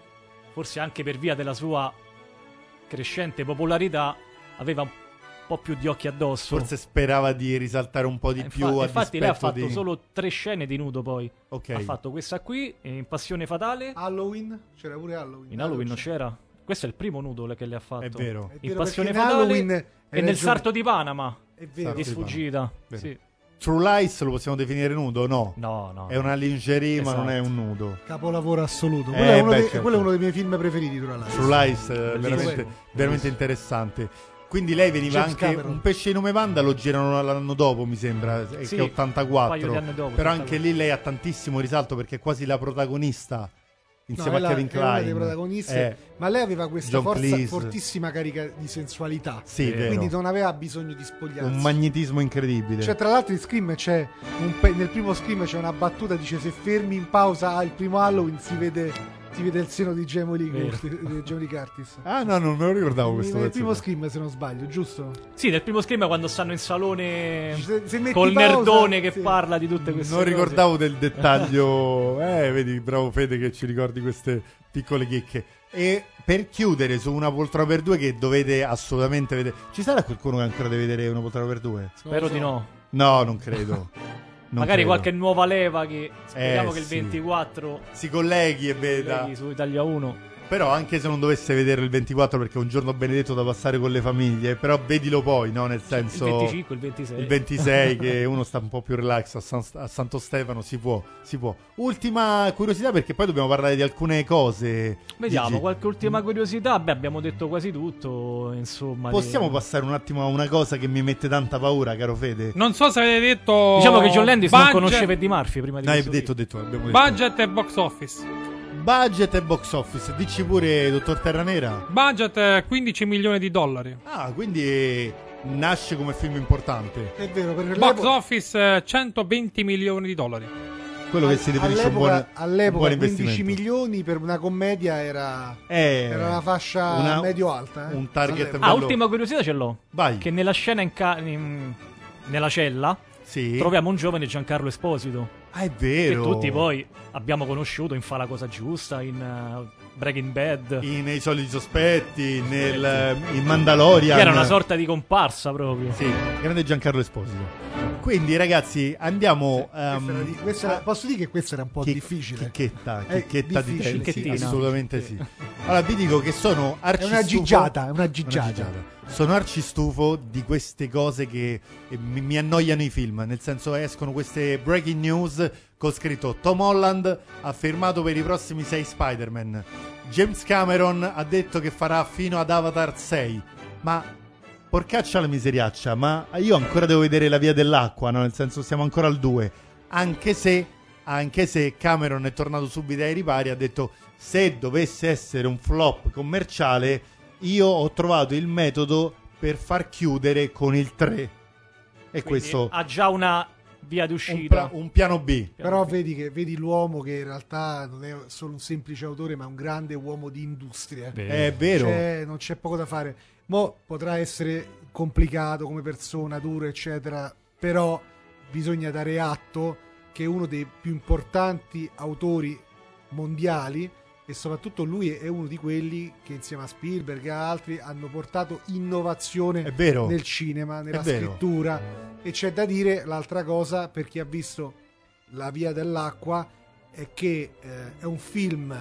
forse anche per via della sua crescente popolarità aveva un po' più di occhi addosso. Forse sperava di risaltare un po' di più. Infatti lei ha fatto solo 3 scene di nudo poi. Ok. Ha fatto questa qui, in Passione Fatale. Halloween? C'era pure Halloween. In Halloween non c'era. Questo è il primo nudo che le ha fatto. È vero. In Passione in Fatale Halloween e nel Sarto di Panama. È vero. Di sfuggita. Sì. True Lies lo possiamo definire nudo? No. No. È una lingerie, ma non è Esatto. un nudo. Capolavoro assoluto. Quello, è, certo. quello è uno dei miei film preferiti, tra l'altro. True Lies, veramente interessante. Quindi lei veniva James anche Cameron. Un pesce di nome Panda, lo girano l'anno dopo, mi sembra, Sì, che è 84. un paio di anni dopo, Però 84. anche lì lei ha tantissimo risalto perché è quasi la protagonista insieme a Kevin è una dei Kline. protagonisti, ma lei aveva questa John Cleese. fortissima carica di sensualità. Sì, vero. Quindi non aveva bisogno di spogliarsi. Un magnetismo incredibile. Cioè, tra l'altro in Scream c'è nel primo Scream c'è una battuta, dice: se fermi in pausa al primo Halloween si vede il seno di Jamie Lee Curtis. Ah no, non me lo ricordavo questo Nel pezzo. primo Scream, se non sbaglio, giusto? Sì, nel primo Scream quando stanno in salone Se metti col pausa, nerdone che sì. parla di tutte queste Non cose. ricordavo del dettaglio. Vedi, bravo Fede che ci ricordi queste piccole chicche. E per chiudere su Una poltrona per due, che dovete assolutamente vedere. Ci sarà qualcuno che ancora deve vedere Una poltrona per due? Spero di no. No, non credo. Non Magari credo. qualche nuova leva che speriamo che il sì. 24 si colleghi e veda. colleghi su Italia 1. Però anche se non dovesse vedere il 24 perché è un giorno benedetto da passare con le famiglie, però vedilo poi, no? Nel senso Il 25, il 26. Il 26 che uno sta un po' più relax a Santo Stefano, si può. Ultima curiosità, perché poi dobbiamo parlare di alcune cose. Vediamo, Gigi, qualche ultima curiosità. Beh, abbiamo detto quasi tutto, insomma. possiamo passare un attimo a una cosa che mi mette tanta paura, caro Fede? Non so se avete detto. Diciamo che John Landis non budget- conosceva Eddie Murphy prima di No, questo abbiamo detto. Budget e box office. Budget e box office, dici pure, dottor Terranera. Budget $15 milioni. Ah, quindi nasce come film importante. È vero, per Box office $120 milioni. Quello che si definisce un buon all'epoca 15 investimento. milioni per una commedia era una fascia una- medio-alta. un target Ah, bello. ultima curiosità ce l'ho. Vai. Che nella scena nella cella Sì. troviamo un giovane Giancarlo Esposito. Ah, è vero. Che tutti poi abbiamo conosciuto in Fa la cosa giusta, in Breaking Bad. Nei Soliti Sospetti, in Mandalorian. Che era una sorta di comparsa proprio. Sì, grande Giancarlo Esposito. Quindi ragazzi andiamo Posso dire che questo era un po' difficile. Chicchetta difficile. di Tenzi, Chicchettina. assolutamente sì. Allora vi dico che sono È arcistufo. una giggiata. Sono arcistufo di queste cose che mi annoiano i film. Nel senso, escono queste breaking news con scritto: Tom Holland ha firmato per i prossimi 6 Spider-Man. James Cameron ha detto che farà fino ad Avatar 6. Ma porcaccia la miseriaccia, ma io ancora devo vedere La via dell'acqua, no? Nel senso, siamo ancora al 2. Anche se Cameron è tornato subito ai ripari, ha detto: se dovesse essere un flop commerciale, io ho trovato il metodo per far chiudere con il 3. E Quindi questo ha già una via d'uscita. un piano B. Però vedi l'uomo che in realtà non è solo un semplice autore, ma un grande uomo di industria. È vero. Non c'è poco da fare. Mo potrà essere complicato come persona, duro, eccetera, però bisogna dare atto che uno dei più importanti autori mondiali, e soprattutto lui è uno di quelli che insieme a Spielberg e altri hanno portato innovazione nel cinema, nella scrittura. E c'è da dire l'altra cosa, per chi ha visto La Via dell'Acqua, è che è un film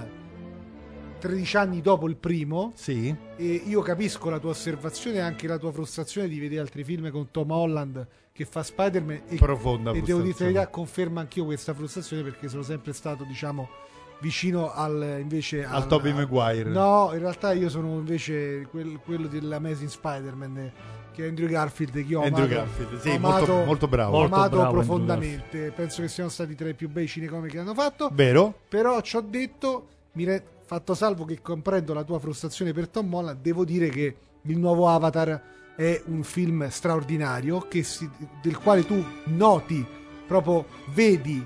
13 anni dopo il primo. Sì. E io capisco la tua osservazione e anche la tua frustrazione di vedere altri film con Tom Holland che fa Spider-Man, profonda e devo dire la verità, conferma anch'io questa frustrazione, perché sono sempre stato, diciamo, vicino al Tobey Maguire. No, in realtà io sono invece quello dell'Amazing Spider-Man, che è Andrew Garfield, che ho sì, amato, molto bravo. Ho amato bravo profondamente. Penso che siano stati tra i più bei cinecomici che hanno fatto. Vero? Però ci ho detto, fatto salvo che comprendo la tua frustrazione per Tom Holland, devo dire che il nuovo Avatar è un film straordinario, del quale tu noti, proprio vedi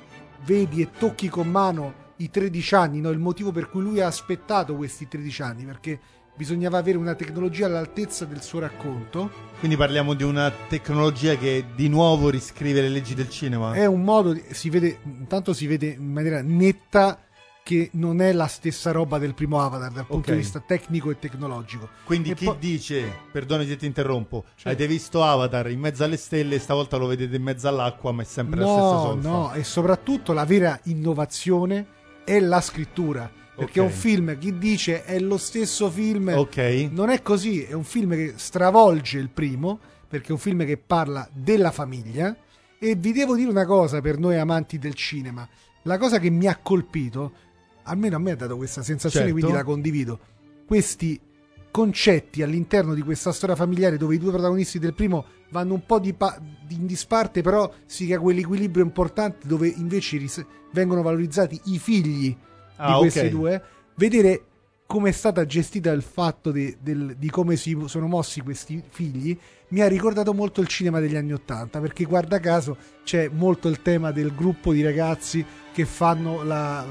e tocchi con mano i 13 anni, no? Il motivo per cui lui ha aspettato questi 13 anni, perché bisognava avere una tecnologia all'altezza del suo racconto. Quindi parliamo di una tecnologia che di nuovo riscrive le leggi del cinema. È un modo, intanto si vede in maniera netta che non è la stessa roba del primo Avatar dal punto di vista tecnico e tecnologico. Quindi e chi dice, perdoni se ti interrompo, avete visto Avatar in mezzo alle stelle, stavolta lo vedete in mezzo all'acqua, ma è sempre la stessa solfa. No, e soprattutto la vera innovazione è la scrittura, perché è un film, chi dice è lo stesso film, non è così, è un film che stravolge il primo, perché è un film che parla della famiglia. E vi devo dire una cosa, per noi amanti del cinema, la cosa che mi ha colpito, almeno a me ha dato questa sensazione, quindi la condivido, questi concetti all'interno di questa storia familiare dove i due protagonisti del primo vanno un po' in disparte, però si crea quell'equilibrio importante dove invece vengono valorizzati i figli di questi due. Vedere come è stata gestita il fatto di come si sono mossi questi figli mi ha ricordato molto il cinema degli anni '80, perché guarda caso c'è molto il tema del gruppo di ragazzi che fanno la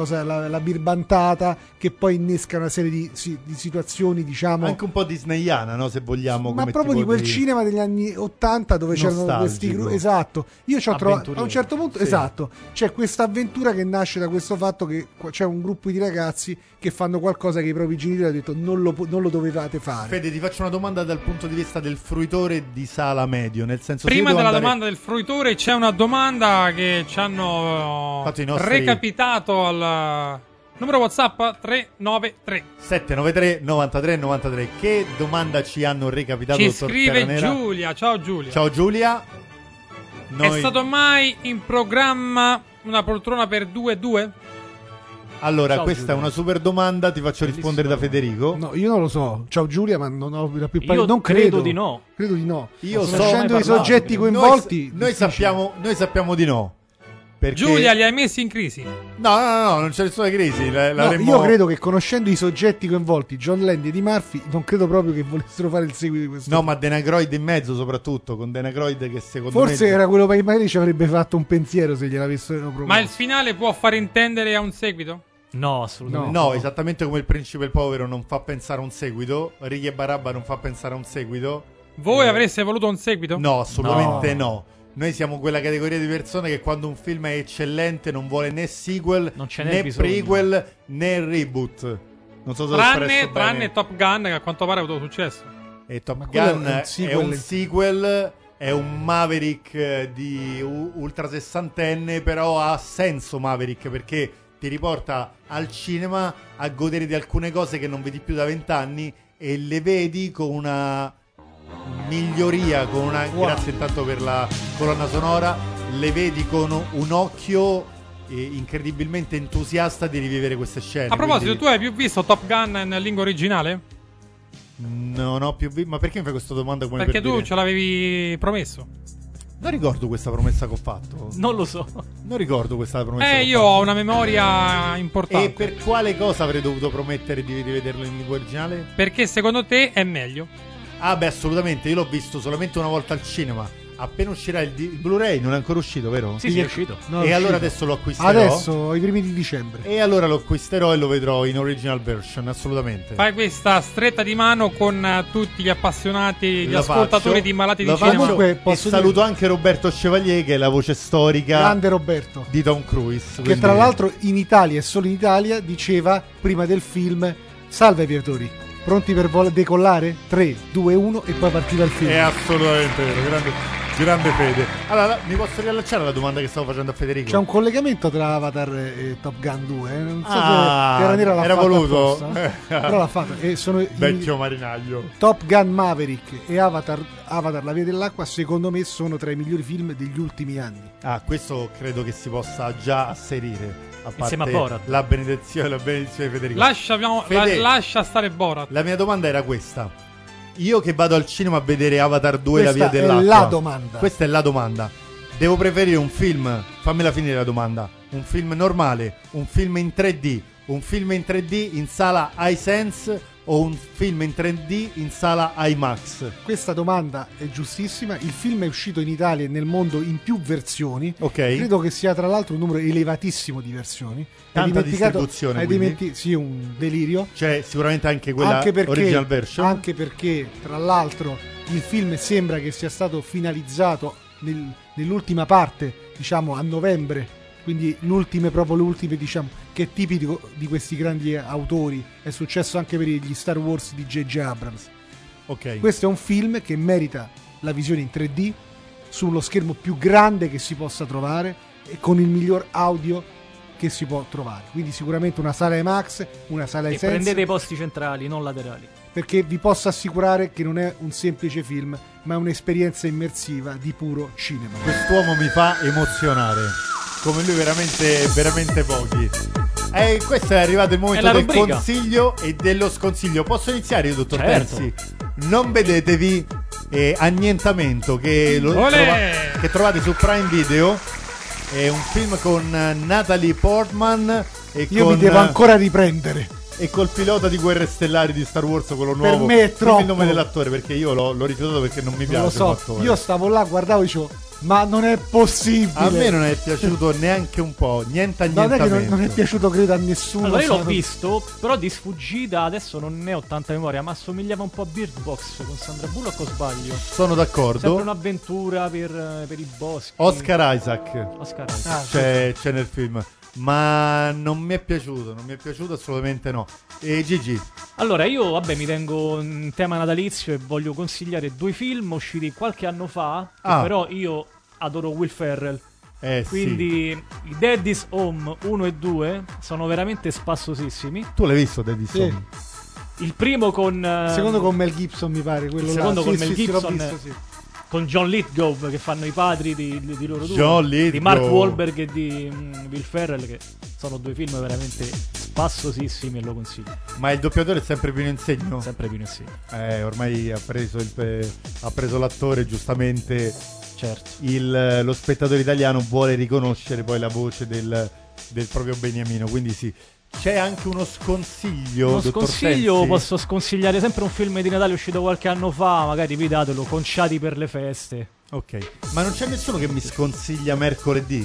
birbantata, che poi innesca una serie di situazioni, diciamo, anche un po' disneyana, no, se vogliamo, ma come proprio di quel cinema degli anni '80 dove c'erano questi gruppi. Esatto, io ci ho trovato a un certo punto, c'è questa avventura che nasce da questo fatto che c'è un gruppo di ragazzi che fanno qualcosa che i propri genitori hanno detto non lo dovevate fare. Fede, ti faccio una domanda dal punto di vista del fruitore di sala medio, nel senso, prima della domanda del fruitore c'è una domanda che ci hanno recapitato al numero WhatsApp 393 793 93 93. Che domanda ci hanno recapitato? Ci scrive Giulia. Ciao Giulia. Ciao Giulia. È stato mai in programma una poltrona per 2-2? Allora, questa è una super domanda, ti faccio rispondere da Federico. No, io non lo so. Ciao Giulia, ma non ho la più Io non credo di no. Credo di no. Io conoscendo i soggetti coinvolti, noi sappiamo di no. Perché... Giulia, li hai messi in crisi? No, non c'è nessuna crisi. Io credo che, conoscendo i soggetti coinvolti, John Land e Eddie Murphy, non credo proprio che volessero fare il seguito di questo. No, ma Dan Aykroyd in mezzo, soprattutto con Dan Aykroyd, che secondo forse me era quello che magari ci avrebbe fatto un pensiero se gliel'avessero proposto. Ma il finale può far intendere a un seguito? No, assolutamente no, esattamente come Il Principe e il Povero non fa pensare a un seguito, Ricky e Barabba non fa pensare a un seguito. Voi avreste voluto un seguito? No, assolutamente no. Noi siamo quella categoria di persone che quando un film è eccellente non vuole né sequel, né prequel, né reboot. Non so se tranne Top Gun, che a quanto pare ha avuto successo. E Top Gun è un sequel, è un Maverick di ultra sessantenne, però ha senso Maverick, perché ti riporta al cinema a godere di alcune cose che non vedi più da 20 anni e le vedi con una miglioria, con una grazie intanto per la colonna sonora, le vedi con un occhio incredibilmente entusiasta di rivivere queste scene. A proposito, tu hai più visto Top Gun in lingua originale? Non ho più visto. Ma perché mi fai questa domanda? Come perché tu ce l'avevi promesso. Non ricordo questa promessa che ho fatto. Non lo so. Non ricordo questa promessa. Io ho una memoria importante. E per quale cosa avrei dovuto promettere di rivederlo in lingua originale? Perché secondo te è meglio. Ah, beh, assolutamente. Io l'ho visto solamente una volta al cinema. appena uscirà il Blu-ray, non è ancora uscito, vero? Sì, è uscito. No, E è allora uscito. adesso lo acquisterò. Adesso, i primi di dicembre. E allora lo acquisterò e lo vedrò in original version, assolutamente. Fai questa stretta di mano con tutti gli appassionati, gli Lo ascoltatori faccio, di Malati lo di Cinema. faccio, Comunque, e posso saluto anche Roberto Chevalier, che è la voce storica Grande Roberto. di Tom Cruise. Che quindi- tra l'altro in Italia e solo in Italia diceva prima del film: salve aviatori, pronti per decollare? 3, 2, 1 e poi partiva il film. È assolutamente vero, grande fede. Allora, mi posso riallacciare alla domanda che stavo facendo a Federico? C'è un collegamento tra Avatar e Top Gun 2. Non so Ah, se Terra Nera l'ha era fatto voluto. apposta, però l'ha fatto. E sono Vecchio marinaio. Top Gun Maverick e Avatar la via dell'acqua, secondo me, sono tra i migliori film degli ultimi anni. Ah, questo credo che si possa già asserire. A parte Insieme a Borat. la benedizione di Federico. Lascia stare Borat. La mia domanda era questa. Io che vado al cinema a vedere Avatar 2 Questa la via dell'acqua. è la domanda. Questa è la domanda. Devo preferire un film, fammela finire la domanda, un film normale, un film in 3D, un film in 3D in sala iSense o un film in 3D in sala IMAX? Questa domanda è giustissima. Il film è uscito in Italia e nel mondo in più versioni. Ok. Credo che sia tra l'altro un numero elevatissimo di versioni. Tanta distribuzione, quindi? Sì, un delirio. C'è sicuramente anche quella original version. Anche perché, tra l'altro, il film sembra che sia stato finalizzato nell'ultima parte, diciamo a novembre. Quindi le ultime, diciamo, che è tipico di questi grandi autori. È successo anche per gli Star Wars di J.J. Abrams. Ok. Questo è un film che merita la visione in 3D sullo schermo più grande che si possa trovare e con il miglior audio che si può trovare. Quindi sicuramente una sala IMAX, una sala E iSense, prendete i posti centrali, non laterali. perché vi posso assicurare che non è un semplice film, ma è un'esperienza immersiva di puro cinema. Quest'uomo mi fa emozionare. Come lui veramente pochi. E questo è arrivato il momento È la del rubrica. consiglio e dello sconsiglio. Posso iniziare io, dottor Certo. Terzi? Non vedetevi Annientamento che trovate su Prime Video. È un film con Natalie Portman e Io con, mi devo ancora riprendere. e col pilota di Guerre Stellari di Star Wars, quello nuovo. me è Dimmi troppo. il nome dell'attore, perché io l'ho rifiutato perché non mi Non piace lo so, l'attore. io stavo là, guardavo e dicevo, ma non è possibile. A me non è piaciuto neanche un po', niente Non è che annientamento. non è piaciuto, credo, a nessuno. Allora io l'ho Sono- visto, però di sfuggita adesso non ne ho tanta memoria, ma assomigliava un po' a Bird Box con Sandra Bullock, o sbaglio? Sono d'accordo. Sempre un'avventura per i boschi. Oscar Isaac Oscar Isaac. Ah, c'è nel film, ma non mi è piaciuto assolutamente no. E Gigi, Allora, io vabbè mi tengo in tema natalizio e voglio consigliare due film usciti qualche anno fa, che Ah. però io adoro Will Ferrell. sì. Quindi i Daddy's Home 1 e 2 sono veramente spassosissimi. Tu l'hai visto, Daddy Sì. Song? Il primo con Il secondo con Mel Gibson, mi pare. Quello il secondo là. con Sì, Mel sì, sì, l'ho Gibson, visto, sì. con John Lithgow, che fanno i padri di loro due, John di Lithgow. Mark Wahlberg e di Will Ferrell, che sono due film veramente spassosissimi e lo consiglio. Ma il doppiatore è sempre Pino Insegno? Sempre più insieme. Ormai ha preso l'attore, giustamente. Certo. Lo spettatore italiano vuole riconoscere poi la voce del proprio Beniamino, quindi sì. C'è anche uno sconsiglio. Uno dottor sconsiglio, Sensi? posso sconsigliare sempre un film di Natale uscito qualche anno fa, magari vidatelo, Conciati per le feste. Ok, ma non c'è nessuno che mi sconsiglia mercoledì?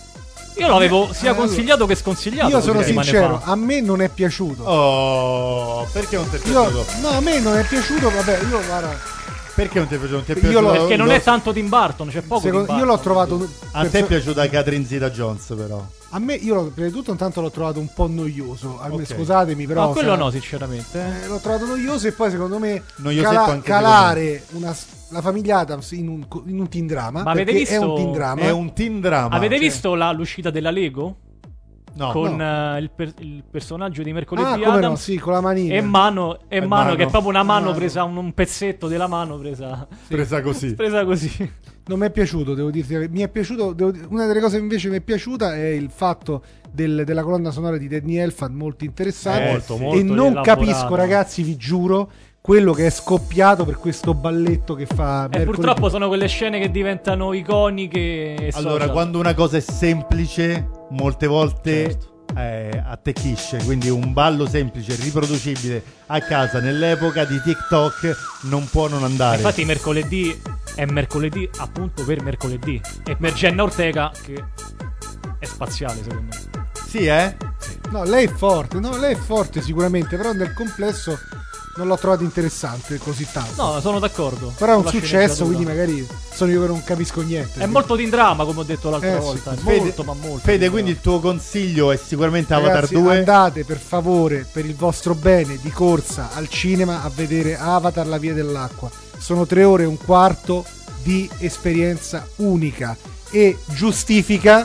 Io l'avevo sia allora, consigliato che sconsigliato. Io sono settimane sincero, fa. a me non è piaciuto. Oh, perché non ti è Io, piaciuto? no, a me non è piaciuto, vabbè, io guarda, Perché non ti è piaciuto? Non ti è Io piaciuto? Perché non è tanto Tim Burton, c'è poco Tim io Burton. l'ho trovato A te è piaciuta Catherine Zeta-Jones, però. A me, prima di tutto, intanto l'ho trovato un po' noioso. Ok. Scusatemi, però. No, quello cioè, no, sinceramente. l'ho trovato noioso e poi, secondo me, Noiosetto anche calare la famiglia Adams in un teen drama. Ma avete perché visto- È un teen drama. È un teen drama. Avete visto l'uscita della Lego? No. Con il personaggio di mercoledì come Adams no, sì, con la manina. e mano, mano. che è proprio una mano Mano. presa, un pezzetto della mano presa così. presa così. Non mi è piaciuto, devo dirti. Mi è piaciuto. Una delle cose che invece mi è piaciuta è il fatto della colonna sonora di Danny Elfman, molto interessante. Molto, e molto non elaborato. capisco, ragazzi, vi giuro, quello che è scoppiato per questo balletto che fa E mercoledì. purtroppo sono quelle scene che diventano iconiche e Allora, social. quando una cosa è semplice, molte volte Certo. attecchisce, quindi un ballo semplice, riproducibile a casa nell'epoca di TikTok non può non andare. Infatti mercoledì è mercoledì appunto per mercoledì, e per Jenna Ortega che è spaziale secondo me. Sì, eh? No, lei è forte sicuramente, però nel complesso non l'ho trovato interessante così tanto. No, sono d'accordo. Però è un successo, quindi magari sono io che non capisco niente. È molto di drama, come ho detto l'altra volta. Sì. Molto. Fede, quindi il tuo consiglio è sicuramente Ragazzi, Avatar 2. andate per favore, per il vostro bene, di corsa al cinema a vedere Avatar la via dell'acqua. Sono 3 ore e un quarto di esperienza unica e giustifica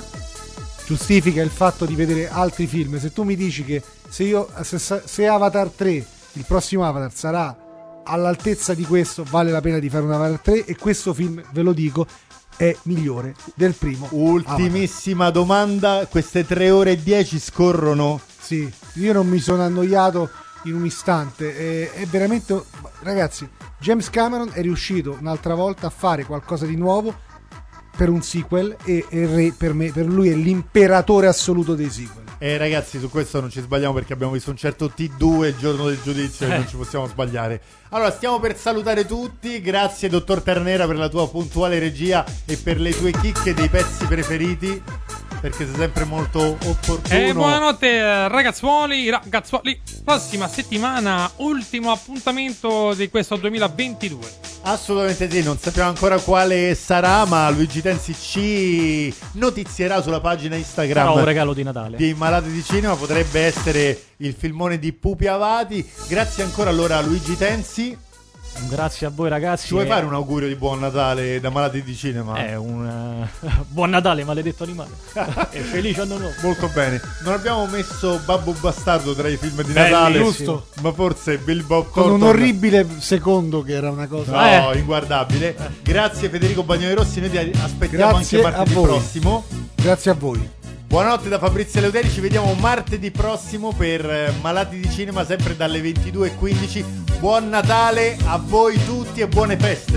il fatto di vedere altri film. Se tu mi dici che se Avatar 3, il prossimo Avatar, sarà all'altezza di questo, vale la pena di fare un Avatar 3, e questo film, ve lo dico, è migliore del primo. Ultimissima domanda, queste 3 ore e 10 scorrono? Sì, io non mi sono annoiato in un istante, è veramente, ragazzi, James Cameron è riuscito un'altra volta a fare qualcosa di nuovo per un sequel, e per lui è l'imperatore assoluto dei sequel. Ragazzi, su questo non ci sbagliamo, perché abbiamo visto un certo T2 il giorno del giudizio e non ci possiamo sbagliare. Allora, stiamo per salutare tutti. Grazie dottor Ternera per la tua puntuale regia e per le tue chicche dei pezzi preferiti, perché sei sempre molto opportuno. Buonanotte ragazzuoli. Prossima settimana, ultimo appuntamento di questo 2022. Assolutamente sì, non sappiamo ancora quale sarà, ma Luigi Tensi ci notizierà sulla pagina Instagram. Sarà un regalo di Natale dei Malati di Cinema, potrebbe essere il filmone di Pupi Avati. Grazie ancora allora a Luigi Tensi. Grazie a voi ragazzi. Ci vuoi fare un augurio di buon Natale da Malati di Cinema? Un buon Natale, maledetto animale. E felice anno nuovo. Molto bene. Non abbiamo messo Babbo Bastardo tra i film di Natale, giusto? Ma forse Bill Bob con Thornton, un orribile secondo che era una cosa inguardabile. Grazie Federico Bagnoli Rossi, noi ti aspettiamo anche martedì prossimo. Grazie a voi. Buonanotte da Fabrizio Leuderi, ci vediamo martedì prossimo per Malati di Cinema, sempre dalle 22:15. Buon Natale a voi tutti e buone feste!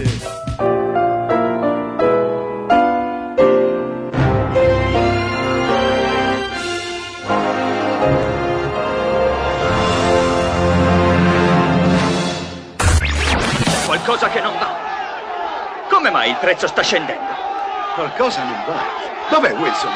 C'è qualcosa che non va. Come mai il prezzo sta scendendo? Qualcosa non va. Dov'è Wilson?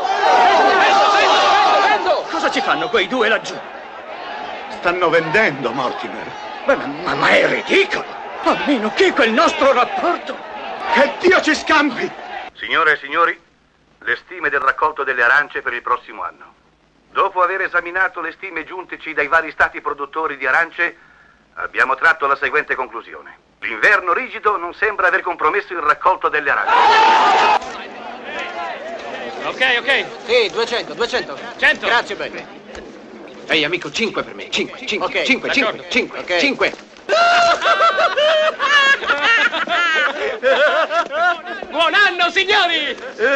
Cosa ci fanno quei due laggiù? Stanno vendendo, Mortimer. Ma è ridicolo! Almeno che quel nostro rapporto! Che Dio ci scampi! Signore e signori, le stime del raccolto delle arance per il prossimo anno. Dopo aver esaminato le stime giunteci dai vari stati produttori di arance, abbiamo tratto la seguente conclusione. L'inverno rigido non sembra aver compromesso il raccolto delle arance. Ok. Sì, 200. 100. Grazie, bene. Ehi, amico, 5 per me. 5. Ok, 5. Buon anno, signori!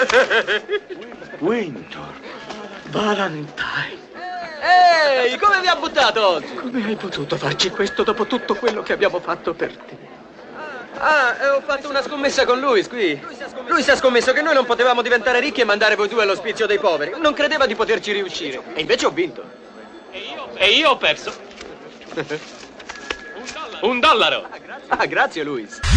Winter, Valentine. Ehi, come vi ha buttato oggi? Come hai potuto farci questo dopo tutto quello che abbiamo fatto per te? Ho fatto una scommessa con Luis qui. Lui si è scommesso che noi non potevamo diventare ricchi e mandare voi due all'ospizio dei poveri. Non credeva di poterci riuscire. E invece ho vinto. E io ho perso. $1. Grazie, Luis.